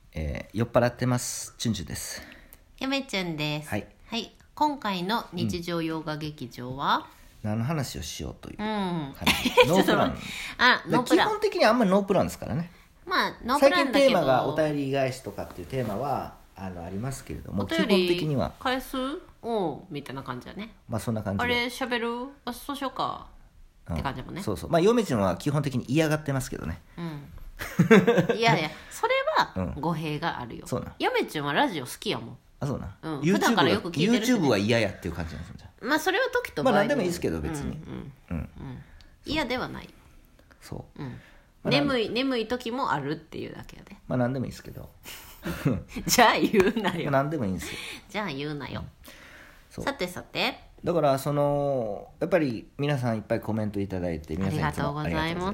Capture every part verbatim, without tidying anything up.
えー、酔っ払ってますチュンチュンです。 やめちゅんです。 はい、 はい、今回の日常洋画劇場は、 うん、何の話をしようという感じ、 うん、 ノープランあノープラン基本的にはあんまりノープランですからね。 まあノープランだけど最近テーマがお便り返しとかっていうテーマはあのありますけれども、基本的には返すおみたいな感じだね。 まあそんな感じで、 あれ喋るあそうしようかって感じもね、 うん、そうそう、まあ嫁ちゃんは基本的に嫌がってますけどね。 うんいやいやそれは語弊があるよ、うん、 そうなん嫁ちゃんはラジオ好きやもん。 あそうな、 うん、普段からよく聞いてるし、ね、 YouTube は嫌やっていう感じなんですよ。 まあそれは時と場合まあ何でもいいですけど別に、 うんうんうんうん、嫌ではないそう、 うん、 まあ、 眠い眠い時もあるっていうだけやで。 まあ何でもいいですけどじゃあ言うなよ。 何でもいいんですよ。 じゃあ言うなよ、 そうさてさて、だからそのやっぱり皆さんいっぱいコメントいただいて皆さんいつもありがとうございます。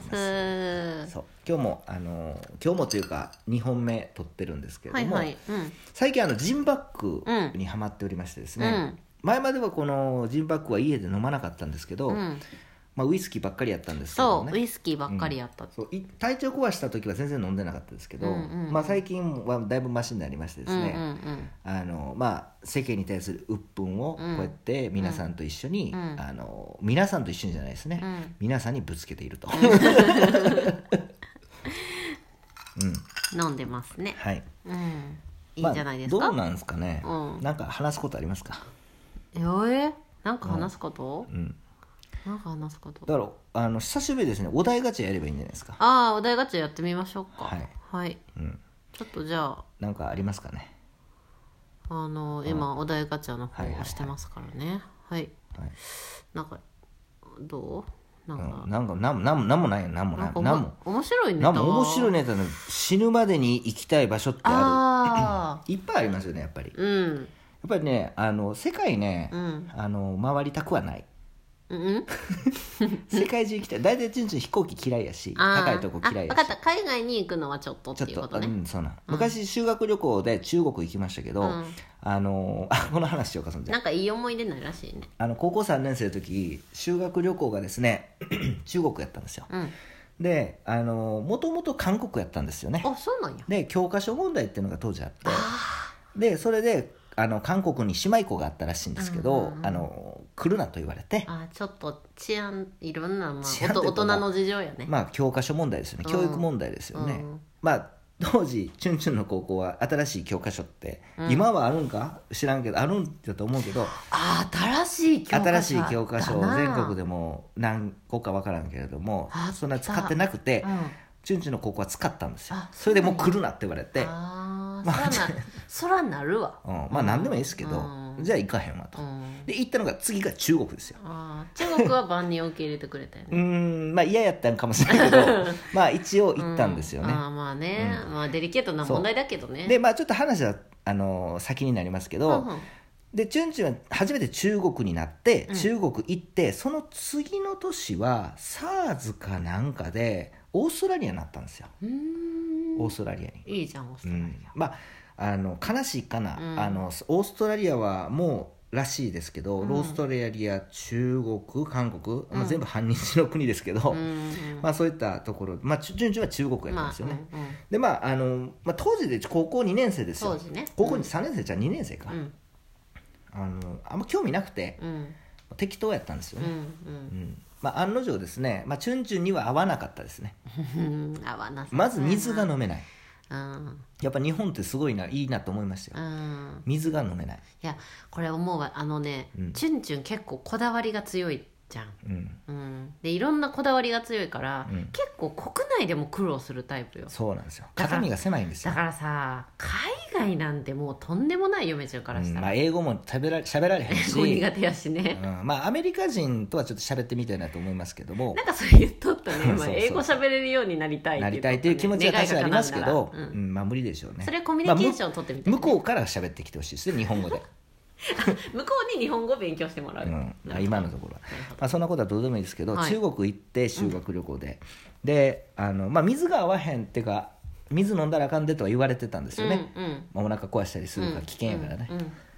そう今日もあの今日もというかにほんめ撮ってるんですけれども、 はいはいうん、 最近あのジンバックにハマっておりましてですね、うん、前まではこのジンバックは家で飲まなかったんですけど、うんまあ、ウイスキーばっかりやったんですけどね。 そうウイスキーばっかりやった、うん、 そう体調壊した時は全然飲んでなかったですけど、うんうんうんまあ、最近はだいぶマシになりましてですね、うんうんうん、あのまあ、世間に対する鬱憤をこうやって皆さんと一緒に、うん、あの皆さんと一緒にじゃないですね、うん、皆さんにぶつけていると、 うん、飲んでますね。 はい、 うん、いいんじゃないですか、 まあ、どうなんですかね、うん、なんか話すことありますか。 えー、なんか話すこと、うんうんなんか話すことだからあの久しぶりですね。お題ガチャやればいいんじゃないですか。 ああお題ガチャやってみましょうか。 はい、 はいうん、ちょっとじゃあなんかありますかね。 あの今、うん、お題ガチャの方をしてますからね。はい、はいはい、なんかどうなんか、 うん、なんかなんなんなんもないよ。なんもないなんも面白いネタなんも面白いネタの死ぬまでに行きたい場所ってあるいっぱいありますよねやっぱり、うん、やっぱりねあの世界ね、うん、あの回りたくはないうん、世界中行きたい。大体チュンチュン飛行機嫌いやし高いとこ嫌いやし。 分かった海外に行くのはちょっとっていうことね。 うん、そうなん、うん、昔修学旅行で中国行きましたけど、うん、あのあこの話しようか。そんじゃなんかいい思い出ないらしいね。 あの高校さんねん生の時修学旅行がですね中国やったんですよ、うん、であのもともと韓国やったんですよね。 あそうなんや。 で教科書問題っていうのが当時あってでそれであの韓国に姉妹校があったらしいんですけど、うんうん、あの来るなと言われて。 あちょっと治安いろんな、まあ、大人の事情やね。 まあ教科書問題ですよね、うん、教育問題ですよね、うん、まあ当時チュンチュンの高校は新しい教科書って、うん、今はあるんか知らんけどあるんだと思うけどあ新しい教科書新しい教科書を全国でも何個か分からんけれどもそんな使ってなくて、うん、チュンチュンの高校は使ったんですよ。それでもう来るなって言われてあまあ、そらなるわ、 うん、まあ何でもいいですけど、うん、じゃあ行かへんわと、うん、で行ったのが次が中国ですよ。 あ中国は万人受け入れてくれたよねうんまあ嫌やったんかもしれないけどまあ一応行ったんですよね、 うん、あまあね、うん、まあデリケートな問題だけどね。 でまあちょっと話はあのー、先になりますけど、うんうん、でチュンチュンは初めて中国になって、うん、中国行ってその次の年は SARS かなんかでオーストラリアになったんですよ。うーんオーストラリアにいいじゃんオーストラリア、うん、 まああの悲しいかな、うん、あのオーストラリアはもうらしいですけど、うん、オーストラリア中国韓国、うんまあ、全部反日の国ですけど、うん、まあそういったところまあ順序は中国やったんですよね、まあうんうん、でまああの、まあ、当時で高校にねん生ですよ。当時ね、高校にさんねん生じゃにねん生か、うん、あのあんま興味なくて、うん、適当やったんですよね、うんうんうんまあ、案の定ですね、まあ、チュンチュンには合わなかったですね合わなさまず水が飲めない、 うん、 やっぱ日本ってすごいないいなと思いましたよ、うん、水が飲めない。 いやこれ思うわあのね、うん、チュンチュン結構こだわりが強いじゃん、うんうん、でいろんなこだわりが強いから、うん、結構国内でも苦労するタイプよ。 そうなんですよ。肩身が狭いんですよ。 だからさ海外なんてもうとんでもない嫁ちゃんからしたら、うんまあ、英語もしゃべられへんし英語苦手やしね、 うんまあ、アメリカ人とはちょっと喋ってみたいなと思いますけどもなんかそれ言っとったねまあ英語喋れるようになりたいっていう、ね、 なりたいっていう気持ちは確かにありますけど、うんうんまあ、無理でしょうね。 それコミュニケーションを取ってみて、ねまあ、向こうから喋ってきてほしいですね日本語で向こうに日本語を勉強してもらう、うん、 今のところは、まあ、そんなことはどうでもいいですけど、はい、中国行って修学旅行で、うん、であの、まあ、水が合わへんっていうか水飲んだらあかんでとは言われてたんですよね、うんうんまあ、お腹壊したりするから危険やからね、うんうんうん、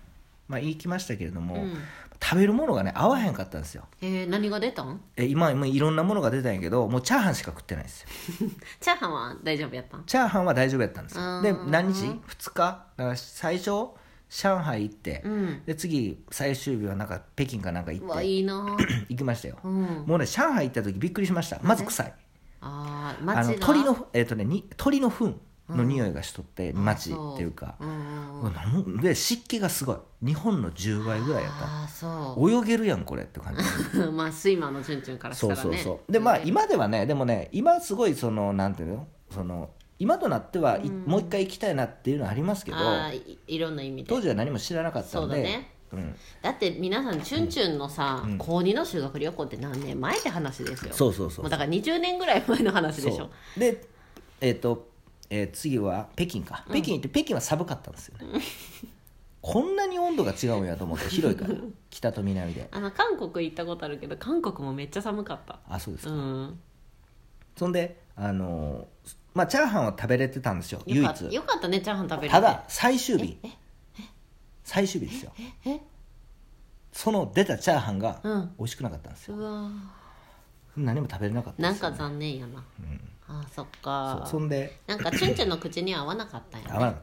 まあ、行きましたけれども、 うん、 食べるものがね合わへんかったんですよ。 えー、何が出たん？ え今今いろんなものが出たんやけど、もうチャーハンしか食ってないんですよ。 チャーハンは大丈夫やったん？ チャーハンは大丈夫やったんですよ。で何日ふつかだから最初上海行って、うん、で次最終日はなんか北京かなんか行って、 うわいいな行きましたよ、 うん、 もうね上海行った時びっくりしました。まず臭い、 ああの鳥の、えーとね、に鳥の糞の匂いがしとって、うん、街っていうか、うん、で湿気がすごい日本のじゅうばいぐらいやった。 あそう泳げるやんこれって感じまあスイマーのチュンチュンからしたらね。 そうそうそうでまあ今ではねでもね今すごいそのなんていうのその今となっては、うん、もう一回行きたいなっていうのはありますけど、 あ い, いろんな意味で当時は何も知らなかったんで。そうだね、 うん、だって皆さんチュンチュンのさ、うん、高にの修学旅行って何年前って話ですよ。 そうそうそうもうだからにじゅうねんぐらい前の話でしょ。 でえっ、ー、と、えー、次は北京か、うん、北京行って北京は寒かったんですよね、うん、こんなに温度が違うんやと思って。広いから北と南で。 あの韓国行ったことあるけど韓国もめっちゃ寒かった。 あそうですか、 うん、 そんであのーまあ、チャーハンは食べれてたんですよ。唯一よかったねチャーハン食べれて。 ただ最終日最終日ですよ。 ええその出たチャーハンが美味しくなかったんですよ、 うん、うわ何も食べれなかったんですよ、ね、なんか残念やな、うん、あそっか。 そ, そんでなんかチュンチュンの口には合わなかったんやね。 合わなかった。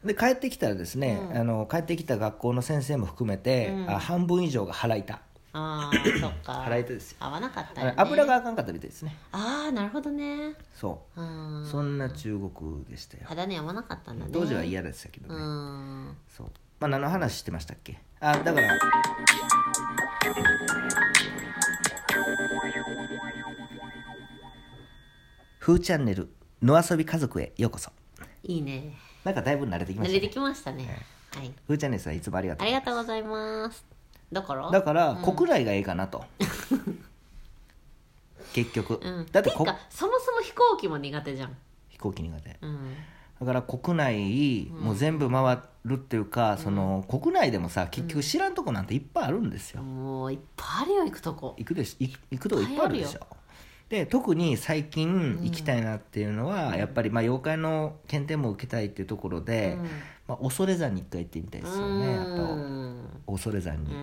で帰ってきたらですね、うん、あの帰ってきた学校の先生も含めて、うん、あ半分以上が腹痛。 あそっか腹痛ですよ。 合わなかったよね。 油があかんかったみたいですね。 ああなるほどね。 そうそんな中国でしたよ。 肌に合わなかったんだね。 当時は嫌でしたけどね。 うんそう、まあ、何の話してましたっけ。あだからフーチャンネル野遊び家族へようこそ。 いいね。 なんかだいぶ慣れてきましたね。 慣れてきましたね、はい、はい、 フーチャンネルさんいつもありがとうございます。 ありがとうございます。だからだから、うん、国内がええかなと結局、 うん、だってこてかそもそも飛行機も苦手じゃん。 飛行機苦手、 うん、 だから国内、うん、もう全部回るっていうか、うん、その国内でもさ結局知らんとこなんていっぱいあるんですよ、 うん、もういっぱいあるよ行くとこ。 行くでし行くとこいっぱいあるでしょ。で特に最近行きたいなっていうのは、うん、やっぱりまあ妖怪の検定も受けたいっていうところで、うんまあ、恐山に一回行ってみたいですよね。やっぱ恐山に、うんうん、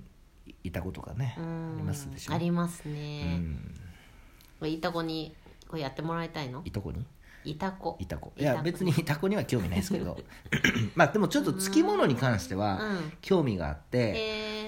いたことがね、うん、ありますでしょ。 ありますね、うん、いた子にこれやってもらいたいの。 いた子にいた子いた子いや別にいた子には興味ないですけどまあでもちょっとつきものに関しては興味があって、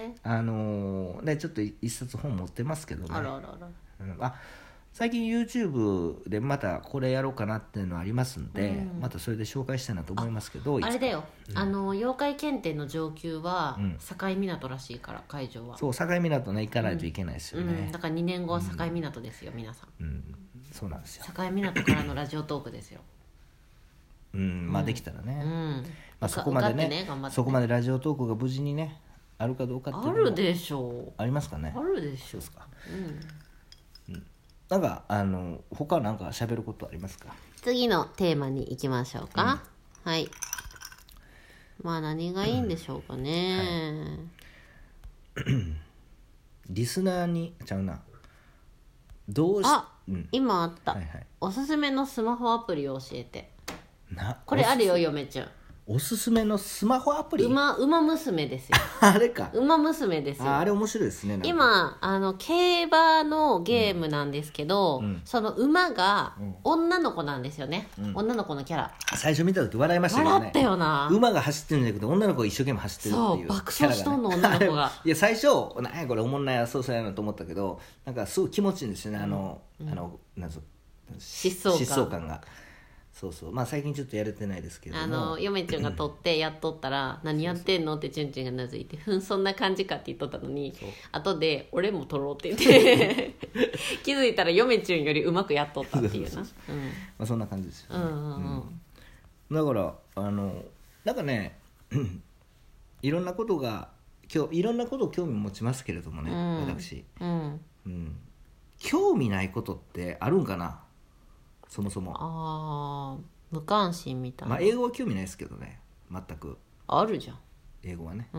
うん、あのー、でちょっと一冊本持ってますけどね。 あらあらあら、 うん、あ最近 YouTube でまたこれやろうかなっていうのありますんで、うん、またそれで紹介したいなと思いますけど。 あ, あれだよ、うん、あの妖怪検定の上級は境港らしいから、会場は。 そう境港ね行かないといけないですよね、 うんうん、だからにねんごは境港ですよ、うん、皆さん、 うん、そうなんですよ。 境港からのラジオトークですようんまあできたらね、 うんまあ、そこまで ね, ね, ねそこまでラジオトークが無事にねあるかどうかっていうのもあるでしょう。 ありますかね。 あるでしょう。 そうですか、うんうん、なんかあの他なんか喋ることありますか。 次のテーマに行きましょうか、うん、はい。まあ何がいいんでしょうかね、 うんはい、リスナーにちゃうなどうしあ、 うん、 今あった、 はいはい、 おすすめのスマホアプリを教えて。 なこれあるよ嫁ちゃん。 おすすめのスマホアプリ。 うま、うま娘ですよあれか。 うま娘ですよ。 あ, あれ面白いですね。 今あの競馬のゲームなんですけど、うん、その馬が女の子なんですよね、うん、女の子のキャラ。 最初見た時笑いましたけどね。 笑ったよな。 馬が走ってるんじゃなくて女の子が一生懸命走ってるっていう、 そう爆笑しとんの、女の子がいや最初何やこれおもんないやそうそうやなと思ったけど、なんかすごい気持ちいいんですよね、あの、うん、あのなんぞ疾走感疾走感が。そうそう、まあ最近ちょっとやれてないですけども、 あの嫁ちゃんが撮ってやっとったら何やってんのってちゅんちゅんがなずいて、ふんそんな感じかって言っとったのに、後で俺も撮ろうって言って気づいたら嫁ちゅんよりうまくやっとったっていうな。そうそうそう、うん、まあ、そんな感じですよね、 うんうんうん、だからあのなんかねいろんなことが今日いろんなことを興味持ちますけれどもね、うん、私、 うんうん、興味ないことってあるんかな。そもそもあ無関心みたいな、 まあ、英語は興味ないですけどね。全くあるじゃん英語はね、 うん、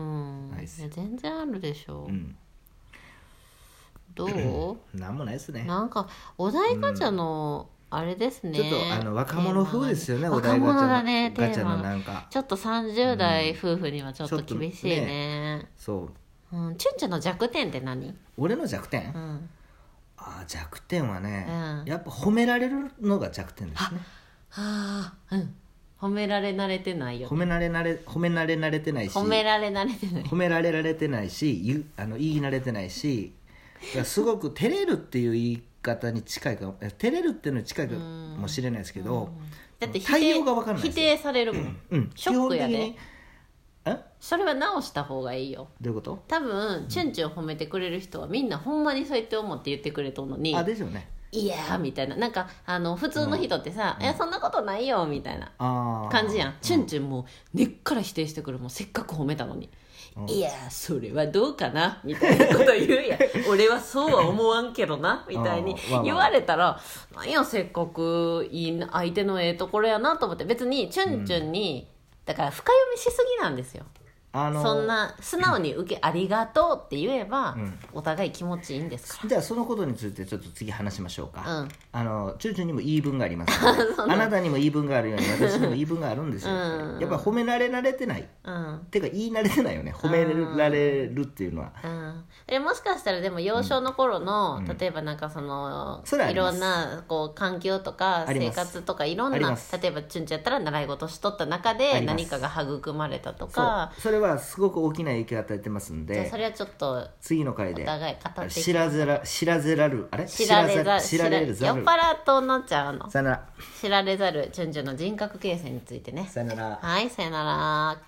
ないです。 いや全然あるでしょう、 うん、 どうなんもないですね。 なんかお題ガチャのあれですね、 ちょっとあの若者風ですよね、お題若者ガチャのだねガチャテーマのなんかちょっとさんじゅう代夫婦にはちょっと厳しいね、 ね、そううん、チュンチュンの弱点って何？ 俺の弱点、 うん、 あ弱点はね、 うんやっぱ褒められるのが弱点ですね。 はあ、うん褒められ慣れてないよ、 褒められ慣れ褒められ慣れてないし褒められ慣れてない褒められられてないし言うあの言い慣れてないし、いやすごく照れるっていう言い方に近いか照れるっていうのに近いかもしれないですけど、 だって否対応定が分からないですよ。 否定されるもん、 うん、 ショックやで基本的にえそれは直した方がいいよ。 どういうこと？ 多分チュンチュン褒めてくれる人はみんなほんまにそうやって思って言ってくれとんのに、 あでしょうね。 いやーみたいな、なんかあの普通の人ってさ、 うんいやそんなことないよみたいなあ感じやん。チュンチュンュンもう根っから否定してくる、もうせっかく褒めたのに、 うんいやーそれはどうかなみたいなこと言うやん俺はそうは思わんけどなみたいにまあまあ言われたら、なんやせっかくいいな相手のええところやなと思って、別にチュンチュンに、だから深読みしすぎなんですよ。 あのそんな素直に受けありがとうって言えば、 うんお互い気持ちいいんですかじゃあそのことについてちょっと次話しましょうか。 ら。うんあのチュンチュンにも言い分がありますのであなたにも言い分があるように私にも言い分があるんですよ。 うんやっぱ褒められ慣れてないうんてか言い慣れてないよね、褒められるっていうのは。 うん、でもしかしたらでも幼少の頃の、 うん例えばなんかその、 それはありますいろんなこう環境とか生あります活とかいろんな、 あります例えばチュンチュンやったら習い事しとった中あでります何かが育まれたとそうか、 それはすごく大きな影響を与えてますんで、 じゃあそれはちょっとお次の回で互い語っていき知らぜら知らぜらるあれ知られざる知られるざる酔っ払っとんのちゃうのさよなら知られざるチュンチュンの人格形成についてね。 さよなら。 はい、さよなら。